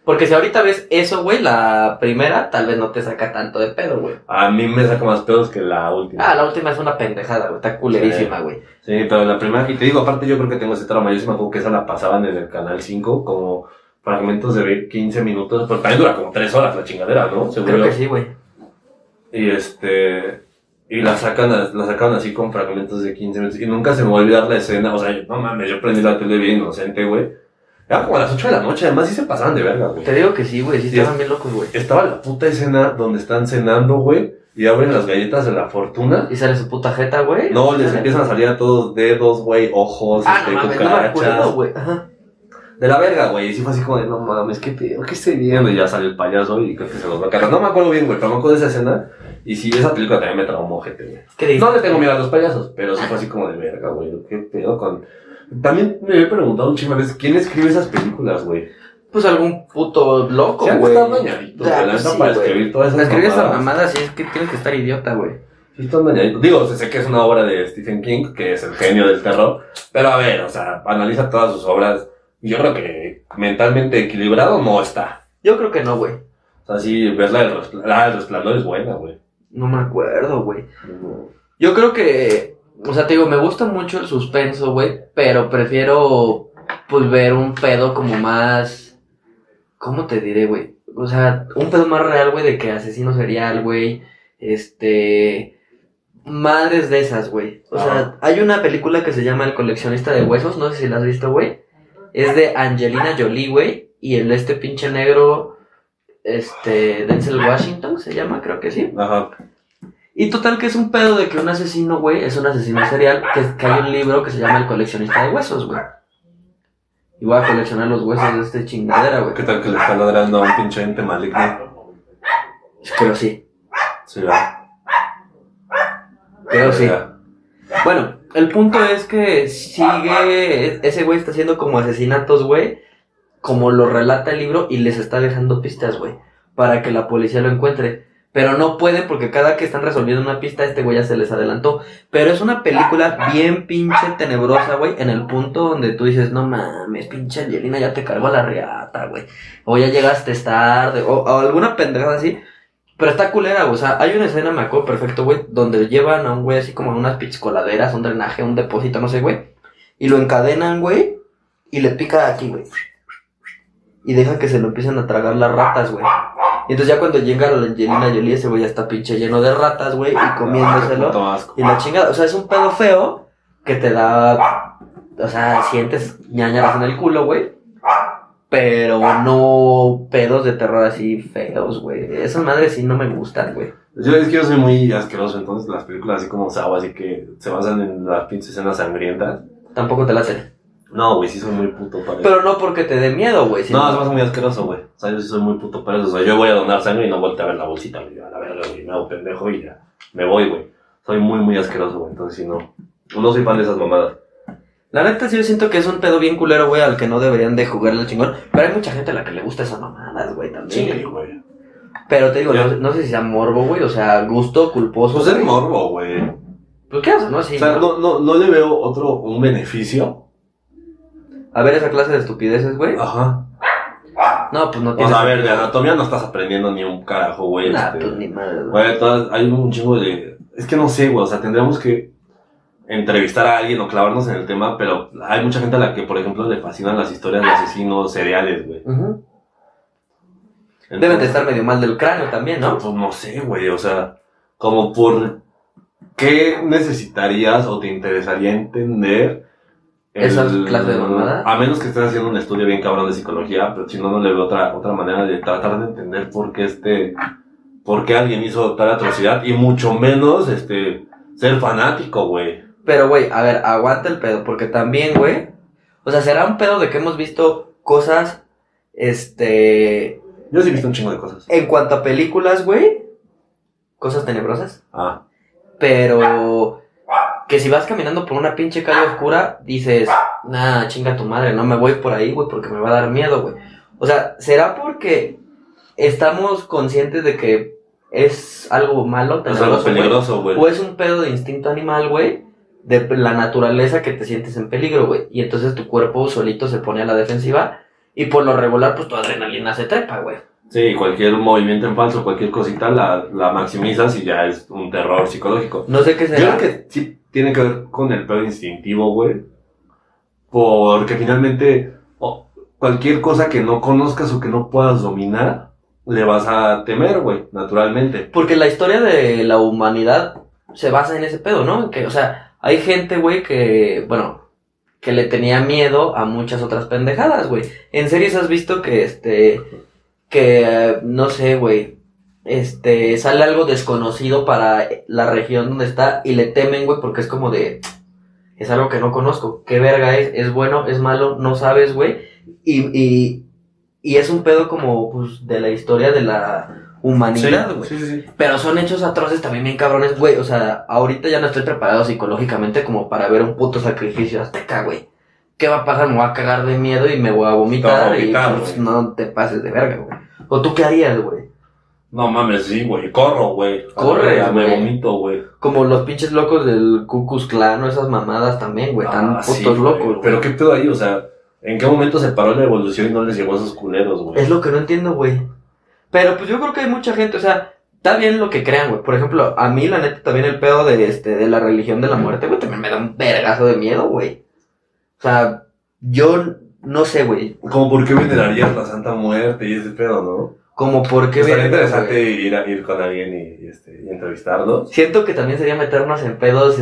Porque si ahorita ves eso, güey, la primera tal vez no te saca tanto de pedo, güey. A mí me saca más pedos que la última. Ah, la última es una pendejada, güey, está culerísima, güey. Sí, pero la primera, y te digo, aparte yo creo que tengo ese trauma, yo sí me acuerdo que esa la pasaban en el canal 5, como fragmentos de 15 minutos, pero también dura como 3 horas la chingadera, ¿no? Seguro. Creo que sí, güey. Y y la sacan así con fragmentos de 15 minutos, y nunca se me va a olvidar la escena, o sea, no mames, yo prendí la tele bien inocente, güey. Era como a las 8 de la noche, además sí se pasaban de verga, güey. Te digo que sí, güey, sí estaban bien locos, güey. Estaba la puta escena donde están cenando, güey, y abren las galletas de la fortuna. Y sale su puta jeta, güey. No, les empiezan a salir a todos dedos, güey, ojos, no mames, no me acuerdo, güey. Ajá. De la verga, güey, y sí fue así como de, no mames, qué pedo, qué estoy viendo, y ya salió el payaso y creo que se los va a cargar. No me acuerdo bien, güey, pero me acuerdo de esa escena, y sí, esa película también me traumó, gente, güey. ¿Qué dices? No le tengo miedo a los payasos, pero sí fue así como de verga, güey, qué pedo con... También me he preguntado un chingo de veces, ¿quién escribe esas películas, güey? Pues algún puto loco, Sí, güey. están dañaditos, güey, la neta, para escribir todas esas Para escribir esas mamadas. mamadas sí es que tienes que estar idiota, güey. Sí, están dañaditos. Digo, sé que es una obra de Stephen King, que es el genio del terror, pero a ver, o sea, analiza todas sus obras, y yo creo que mentalmente equilibrado no está. Yo creo que no, güey. O sea, sí, ves el Resplandor es buena, güey. No me acuerdo, güey. Yo creo que, o sea, te digo, me gusta mucho el suspenso, güey, pero prefiero, pues, ver un pedo como más, ¿cómo te diré, güey? O sea, un pedo más real, güey, de que asesino serial, güey, madres de esas, güey. O sea, hay una película que se llama El coleccionista de huesos, no sé si la has visto, güey. Es de Angelina Jolie, güey, y pinche negro, Denzel Washington se llama, creo que sí. Ajá. Y total que es un pedo de que un asesino, güey, es un asesino serial, que hay un libro que se llama El coleccionista de huesos, güey. Y voy a coleccionar los huesos de chingadera, güey. ¿Qué tal que le está ladrando a un pinche ente maligno? Pero sí, Sí, va. pero sí. Bueno, el punto es que ese güey está haciendo como asesinatos, güey, como lo relata el libro, y les está dejando pistas, güey, para que la policía lo encuentre. Pero no puede porque cada que están resolviendo una pista, este güey ya se les adelantó. Pero es una película bien pinche tenebrosa, güey, en el punto donde tú dices, no mames, pinche Angelina, ya te cargó la riata, güey. O ya llegaste tarde, o alguna pendejada así. Pero está culera, güey. O sea, hay una escena, me acuerdo perfecto, güey, donde llevan a un güey así como en unas pinches coladeras, un drenaje, un depósito, no sé, güey. Y lo encadenan, güey, y le pica aquí, güey. Y deja que se lo empiecen a tragar las ratas, güey. Y entonces ya cuando llega la Angelina Jolie, ese güey ya está pinche lleno de ratas, güey, y comiéndoselo. Puto asco. Y la chingada, o sea, es un pedo feo que te da, o sea, sientes ñañaras en el culo, güey. Pero no pedos de terror así feos, güey. Esas madres sí no me gustan, güey. Yo es que yo soy muy asqueroso, entonces las películas así como Saw, así que se basan en las pinches escenas sangrientas. Tampoco te laten. No, güey, sí soy muy puto para eso. Pero no porque te dé miedo, güey. No, es más muy asqueroso, güey. O sea, yo sí soy muy puto para eso. O sea, yo voy a donar sangre y no volteo a ver la bolsita, güey. A la verga, güey. Me hago pendejo y ya. Me voy, güey. Soy muy, muy asqueroso, güey. Entonces, sí, no. No soy fan de esas mamadas. La neta sí yo siento que es un pedo bien culero, güey, al que no deberían de jugarle al chingón. Pero hay mucha gente a la que le gusta esas mamadas, güey, también. Sí, güey. Pero te digo, Ya. no sé si sea morbo, güey, o sea, gusto culposo. Pues es güey. morbo, güey. Pues qué haces, ¿no? Así, O sea, ¿no? no le veo un beneficio. A ver esa clase de estupideces, güey. Ajá. No, pues no O tiene sea, a ver, de sentido. anatomía no estás aprendiendo ni un carajo, güey. Nah, pues ni madre, güey. Güey, hay un chingo de... Es que no sé, güey, o sea, tendríamos que entrevistar a alguien o clavarnos en el tema, pero hay mucha gente a la que, por ejemplo, le fascinan las historias de asesinos seriales, güey. Ujú. Entonces, Deben de estar medio mal del cráneo también, ¿no? Pues no sé, güey, o sea, como por qué necesitarías o te interesaría entender ¿Esas clases de mamadas? A menos que estés haciendo un estudio bien cabrón de psicología, pero si no, no le veo otra manera de tratar de entender por qué alguien hizo tal atrocidad y mucho menos, ser fanático, güey. Pero, güey, a ver, aguanta el pedo, porque también, güey, o sea, será un pedo de que hemos visto cosas, Yo sí he visto un chingo de cosas. en cuanto a películas, güey, cosas tenebrosas, Ah, pero que si vas caminando por una pinche calle oscura, dices, nah, chinga tu madre, no me voy por ahí, güey, porque me va a dar miedo, güey. O sea, ¿será porque estamos conscientes de que es algo malo, es algo tenebroso, güey? peligroso, güey. O es un pedo de instinto animal, güey, de la naturaleza que te sientes en peligro, güey. Y entonces tu cuerpo solito se pone a la defensiva Y por lo regular, pues tu adrenalina se trepa, güey. Sí, cualquier movimiento en falso, cualquier cosita la maximizas y ya es un terror psicológico. No sé qué será. Yo creo que sí tiene que ver con el pedo instintivo, güey. Porque finalmente cualquier cosa que no conozcas o que no puedas dominar, le vas a temer, güey, naturalmente. Porque la historia de la humanidad se basa en ese pedo, ¿no? Que, o sea, hay gente, güey, que, bueno, que le tenía miedo a muchas otras pendejadas, güey. En series has visto que, no sé, güey, sale algo desconocido para la región donde está y le temen, güey, porque es como de, es algo que no conozco. ¿Qué verga es bueno, es malo? No sabes, güey. Y es un pedo como, pues, de la historia de la humanidad, güey. Sí. Pero son hechos atroces también bien cabrones, güey. O sea, ahorita ya no estoy preparado psicológicamente como para ver un puto sacrificio azteca, güey. ¿Qué va a pasar? Me voy a cagar de miedo y me voy a vomitar. Pues, no te pases de verga, güey. ¿O tú qué harías, güey? No mames, sí, güey. Corro, güey. Corre, me güey. vomito, güey. Como los pinches locos del Ku Klux Klan o esas mamadas también, güey. Tan putos sí, locos, güey. güey. Pero qué pedo ahí, o sea, ¿en qué momento se paró la evolución y no les llegó a esos culeros, güey? Es lo que no entiendo, güey. Pero pues yo creo que hay mucha gente, o sea, está bien lo que crean, güey. Por ejemplo, a mí la neta también el pedo de la religión de la muerte, güey, también me da un vergazo de miedo, güey. O sea, yo no sé, güey. Como por qué venerarías la Santa Muerte y ese pedo, ¿no? Como por qué Estaría verga, interesante güey. ir con alguien y entrevistarlos. Siento que también sería meternos en pedos,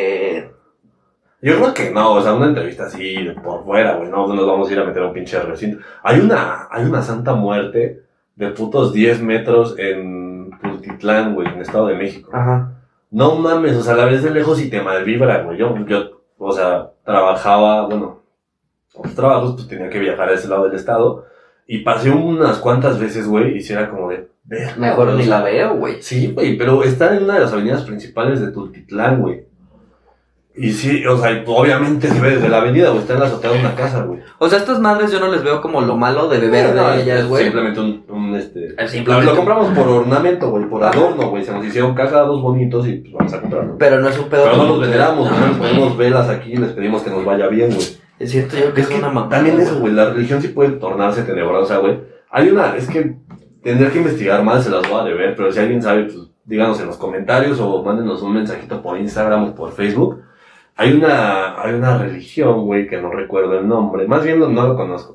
Yo creo que no, o sea, una entrevista así por fuera, güey, no nos vamos a ir a meter a un pinche recinto. Hay una Santa Muerte de putos 10 metros en Tultitlán, güey, en Estado de México. Ajá. No mames, o sea, la ves de lejos y te malvibra, güey. Yo, o sea, trabajaba, bueno, los trabajos, pues tenía que viajar a ese lado del estado. Y pasé unas cuantas veces, güey, y si era como de... Mejor güey, ni o sea, la veo, güey. Sí, güey, pero está en una de las avenidas principales de Tultitlán, güey. Y sí, o sea, obviamente se ve desde la avenida, güey, está en la azotea de una casa, güey. O sea, estas madres yo no les veo como lo malo de beber No, de ellas, güey. Simplemente Simplemente lo compramos por ornamento, güey, por adorno, güey. Se nos hicieron cagados bonitos y pues vamos a comprarlo. Pero no es un pedo. Pero no como los que- veneramos, No, no, les güey. ponemos velas aquí y les pedimos que nos vaya bien, güey. Siento yo que es una mamada. También eso, güey, la religión sí puede tornarse tenebrosa, güey. Es que tendría que investigar más, se las voy a deber, pero si alguien sabe, pues díganos en los comentarios o mándenos un mensajito por Instagram o por Facebook. Hay una religión, güey, que no recuerdo el nombre, más bien no lo conozco.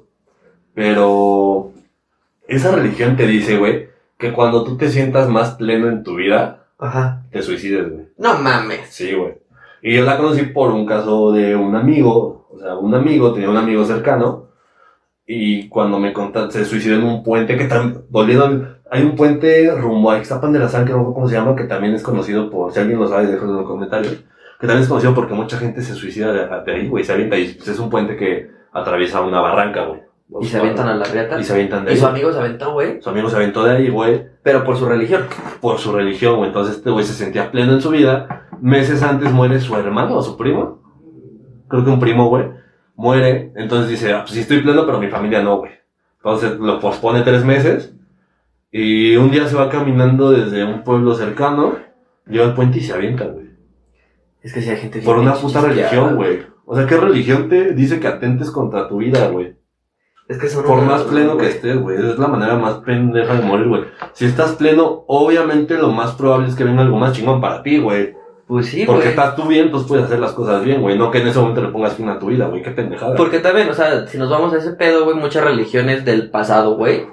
Pero esa religión te dice, güey, que cuando tú te sientas más pleno en tu vida, Ajá. te suicides, güey. No mames. Sí, güey. Y yo la conocí por un caso de un amigo, o sea, tenía un amigo cercano, y cuando me contaron, se suicidó en un puente que también, hay un puente rumbo a Ixtapan de la Sal, que no sé cómo se llama, que también es conocido por, si alguien lo sabe, déjenlo en los comentarios, que también es conocido porque mucha gente se suicida de ahí, güey, se avienta, y pues es un puente que atraviesa una barranca, güey. Y se avientan a la riata. Y se avientan de Y ahí. su amigo se aventó, güey. Su amigo se aventó de ahí, güey, Pero por su religión. por su religión, güey. Entonces este güey se sentía pleno en su vida. Meses antes muere su hermano o su primo. Creo que un primo, güey. Muere. Entonces dice, pues sí estoy pleno, pero mi familia no, güey. Entonces lo pospone 3 meses. Y un día se va caminando desde un pueblo cercano. Llega al puente y se avienta, güey. Es que si hay gente... Por bien una pinche puta religión, chisqueada. güey. O sea, ¿qué religión te dice que atentes contra tu vida, güey? Es que son Por unas- más pleno que güey. estés, güey. Es la manera más pendeja de morir, güey. Si estás pleno, obviamente lo más probable es que venga algo más chingón para ti, güey. Pues sí, Porque güey. estás tú bien, entonces puedes hacer las cosas bien, güey. No que en ese momento le pongas fin a tu vida, güey. Qué pendejada. Porque también, o sea, si nos vamos a ese pedo, güey, muchas religiones del pasado, güey,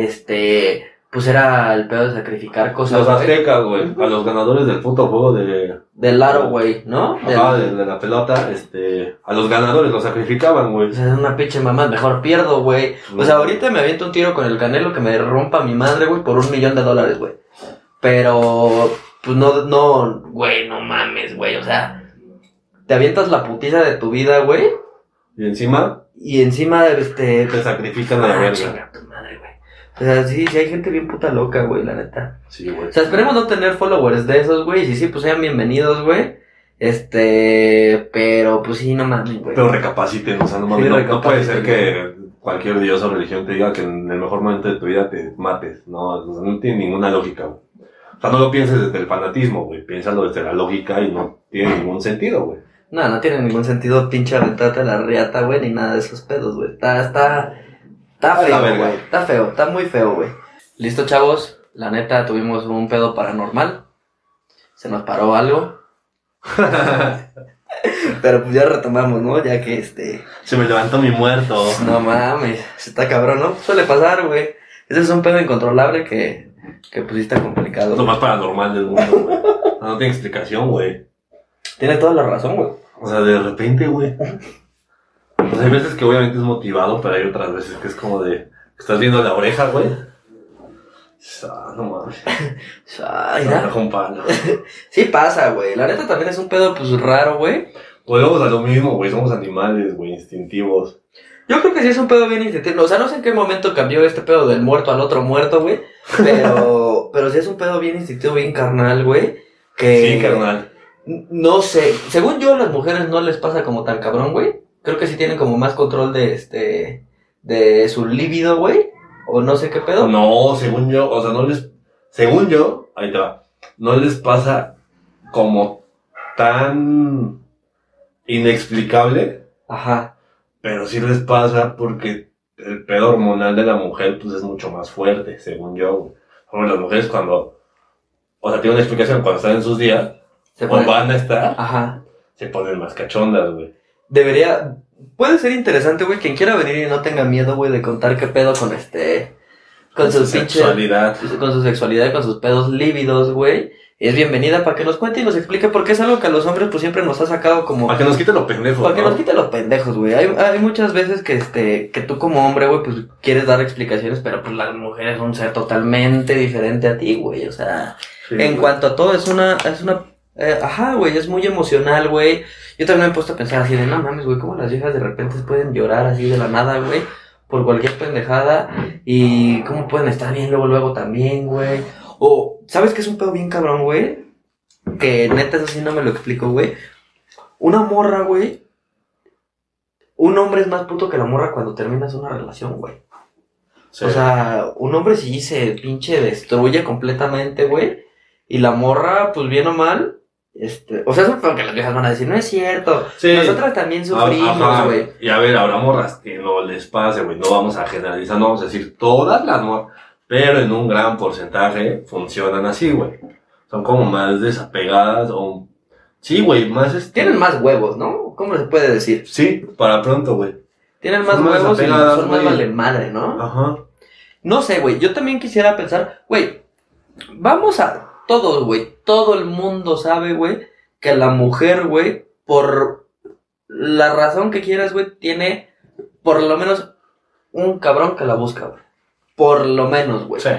pues era el pedo de sacrificar cosas, Los güey. aztecas, güey. A los ganadores del puto juego Del aro, güey, ¿no? de la pelota, a los ganadores los sacrificaban, güey. O sea, es una pinche mamá, mejor pierdo, güey. O sea, ahorita me aviento un tiro con el Canelo que me rompa mi madre, güey, por $1,000,000, güey. Pero, pues no, güey, no mames, güey, o sea, te avientas la putiza de tu vida, güey, Y encima y encima, te sacrifican a la verga. chinga tu madre, güey. O sea, sí hay gente bien puta loca, güey, la neta. Sí, güey. O sea, esperemos no tener followers de esos, güey, y si sí, pues sean bienvenidos, güey. Pero, pues sí, no mames, güey. Pero recapaciten, o sea, no mames. Sí, No puede ser recapaciten. que cualquier dios o religión te diga que en el mejor momento de tu vida te mates. No, o sea, no tiene ninguna lógica, güey. O sea, no lo pienses desde el fanatismo, güey. Piénsalo desde la lógica y no tiene ningún sentido, güey. No tiene ningún sentido pinche aventarte a la riata, güey, ni nada de esos pedos, güey. Está Está A la feo, verga. güey. Está feo, está muy feo, güey. Listo, chavos. La neta, tuvimos un pedo paranormal. Se nos paró algo. Pero pues ya retomamos, ¿no? Ya que Se me levantó mi muerto. No mames, está cabrón, ¿no? Suele pasar, güey. Ese es un pedo incontrolable que pues sí está complicado. Es lo más paranormal del mundo, güey. No tiene explicación, güey. Tienes toda la razón, güey. O sea, de repente, güey. Pues hay veces que obviamente es motivado, pero hay otras veces que es como de... Estás viendo la oreja, güey. No mames. Ay, Me ¿ya? dejó un palo. Sí pasa, güey. La neta también es un pedo, pues, raro, güey. Volvemos a lo mismo, güey. Somos animales, güey, instintivos. Yo creo que sí es un pedo bien instintivo. O sea, no sé en qué momento cambió este pedo del muerto al otro muerto, güey. Pero sí es un pedo bien instintivo, bien carnal, güey. Que... Sí, carnal. No sé. Según yo, a las mujeres no les pasa como tan cabrón, güey. Creo que sí tienen como más control de su líbido, güey. O no sé qué pedo. No, según yo, o sea, no les... Según yo, ahí te va. No les pasa como tan inexplicable, Ajá. pero sí les pasa porque el pedo hormonal de la mujer, pues, es mucho más fuerte, según yo, güey. Como las mujeres cuando... O sea, tiene una explicación, cuando están en sus días, Se o pone... van a estar, Ajá. se ponen más cachondas, güey. Debería... Puede ser interesante, güey, quien quiera venir y no tenga miedo, güey, de contar qué pedo con con su pinche... sexualidad. Con su sexualidad, con sus pedos lívidos, güey. Es bienvenida para que nos cuente y nos explique porque es algo que a los hombres pues siempre nos ha sacado como... Para que nos quiten los pendejos, Para que ¿no? nos quite los pendejos, güey. Hay muchas veces que tú como hombre, güey, pues quieres dar explicaciones, pero pues la mujer es un ser totalmente diferente a ti, güey. O sea, Sí, en güey. cuanto a todo, es una ajá, güey, es muy emocional, güey. Yo también me he puesto a pensar así de, no mames, güey, cómo las viejas de repente pueden llorar así de la nada, güey, por cualquier pendejada, y cómo pueden estar bien luego también, güey. O, ¿sabes qué es un pedo bien cabrón, güey? Que neta eso sí no me lo explico, güey. Una morra, güey. Un hombre es más puto que la morra cuando terminas una relación, güey. Sí. O sea, un hombre sí se pinche destruye completamente, güey. Y la morra, pues bien o mal, o sea, es un pedo que las viejas van a decir, no es cierto. Sí. Nosotras también sufrimos, Ajá. güey. Y a ver, habrá morras que no les pase, güey. No vamos a generalizar, no vamos a decir todas las morras. Pero en un gran porcentaje funcionan así, güey. Son como más desapegadas o... Sí, güey, más Tienen más huevos, ¿no? ¿Cómo se puede decir? Sí, para pronto, güey. Tienen más Son más huevos y desapegadas, son más güey. vale madre, ¿no? Ajá. No sé, güey, yo también quisiera pensar, güey, vamos a todos, güey, todo el mundo sabe, güey, que la mujer, güey, por la razón que quieras, güey, tiene por lo menos un cabrón que la busca, güey. Por lo menos, güey. Sí.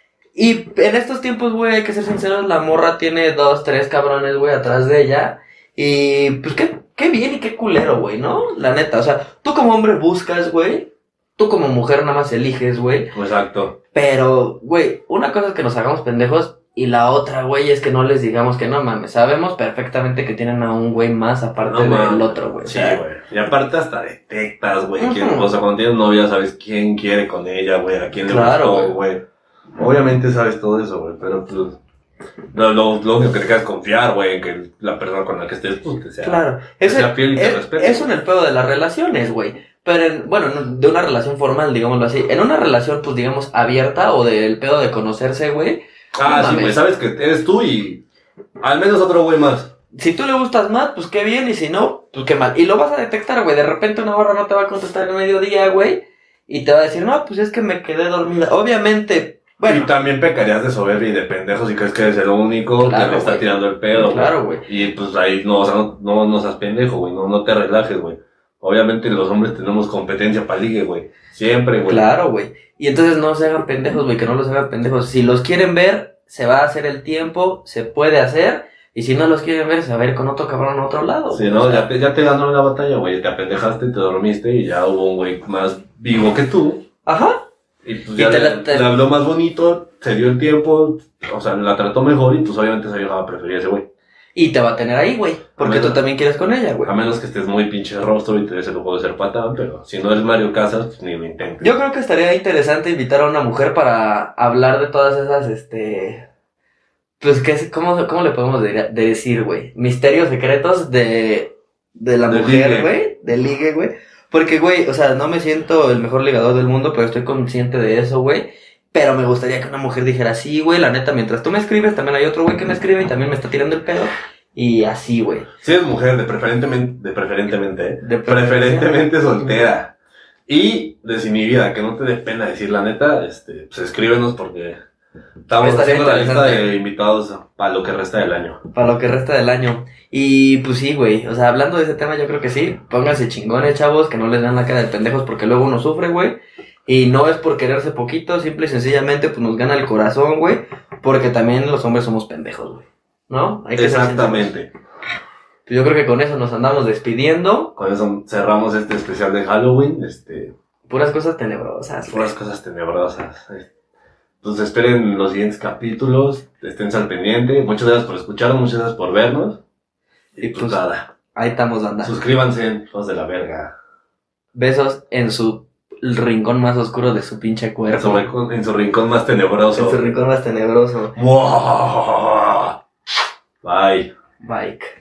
Y en estos tiempos, güey, hay que ser sinceros, la morra tiene 2, 3 cabrones, güey, atrás de ella. Y pues qué bien y qué culero, güey, ¿no? La neta, o sea, tú como hombre buscas, güey. Tú como mujer nada más eliges, güey. Exacto. Pero, güey, una cosa es que nos hagamos pendejos y la otra, güey, es que no les digamos que no mames. Sabemos perfectamente que tienen a un güey más aparte No mames. del otro, güey. Sí, o sea, güey. Y aparte hasta detectas, güey. Ujú. O sea, cuando tienes novia sabes quién quiere con ella, güey. A quién le Claro, gustó, güey. Obviamente sabes todo eso, güey. Pero pues... Lo único que te queda es confiar, güey, en que la persona con la que estés, pues, que sea... claro. que sea fiel y te respete. Eso en el pedo de las relaciones, güey. Pero, bueno, de una relación formal, digámoslo así. En una relación, pues, digamos, abierta o del pedo de conocerse, güey. Ah, no sí, mames. güey. Sabes que eres tú y... Al menos otro güey más. Si tú le gustas más, pues qué bien, y si no, pues qué mal. Y lo vas a detectar, güey. De repente una barra no te va a contestar en mediodía, güey. Y te va a decir, no, pues es que me quedé dormida. Obviamente, bueno. Y también pecarías de soberbia y de pendejo si crees que eres el único Claro, que le está güey. tirando el pedo, güey. Claro, güey. Y pues ahí no, o sea, no seas pendejo, güey. No te relajes, güey. Obviamente los hombres tenemos competencia para ligue, güey. Siempre, güey. Claro, güey. Y entonces no se hagan pendejos, güey, que no los hagan pendejos. Si los quieren ver, se va a hacer el tiempo, se puede hacer. Y si no los quieren ver, se va a ir con otro cabrón a otro lado. Sí, güey. no, O sea, ya te ganó la batalla, güey. Te apendejaste, te dormiste y ya hubo un güey más vivo que tú. Ajá. Y pues Y ya te le habló más bonito, se dio el tiempo, o sea, la trató mejor y pues obviamente esa vieja prefería a ese güey. Y te va a tener ahí, güey. Porque Amén. tú también quieres con ella, güey. A menos que estés muy pinche rostro y te des el lujo de ser patán, pero si no eres Mario Casas, pues ni lo intentes. Yo creo que estaría interesante invitar a una mujer para hablar de todas esas, pues, ¿cómo le podemos decir, güey? Misterios secretos de la Del mujer, ligue. güey. Del ligue, güey. Porque, güey, o sea, no me siento el mejor ligador del mundo, pero estoy consciente de eso, güey. Pero me gustaría que una mujer dijera, sí, güey, la neta, mientras tú me escribes, también hay otro güey que me escribe y también me está tirando el pedo. Y así, güey. Si eres mujer, preferentemente soltera. Y desinhibida, que no te dé pena decir la neta, pues escríbenos porque estamos Estaría haciendo la lista interesante. de invitados para lo que resta del año. Para lo que resta del año. Y pues sí, güey. O sea, hablando de ese tema, yo creo que sí. Pónganse chingones, chavos, que no les dan la cara de pendejos porque luego uno sufre, güey. Y no es por quererse poquito, simple y sencillamente, pues nos gana el corazón, güey. Porque también los hombres somos pendejos, güey. ¿No? Hay que ser Exactamente. sinceros. Pues yo creo que con eso nos andamos despidiendo. Con eso cerramos este especial de Halloween. Puras cosas tenebrosas, güey. Puras cosas tenebrosas. Entonces esperen los siguientes capítulos. Estén al pendiente. Muchas gracias por escucharnos, muchas gracias por vernos. Y Pues pues nada. ahí estamos andando. Suscríbanse, hijos de la verga. Besos en su rincón más oscuro de su pinche cuerpo. En su rincón más tenebroso. En su rincón más tenebroso. Bye. Bye.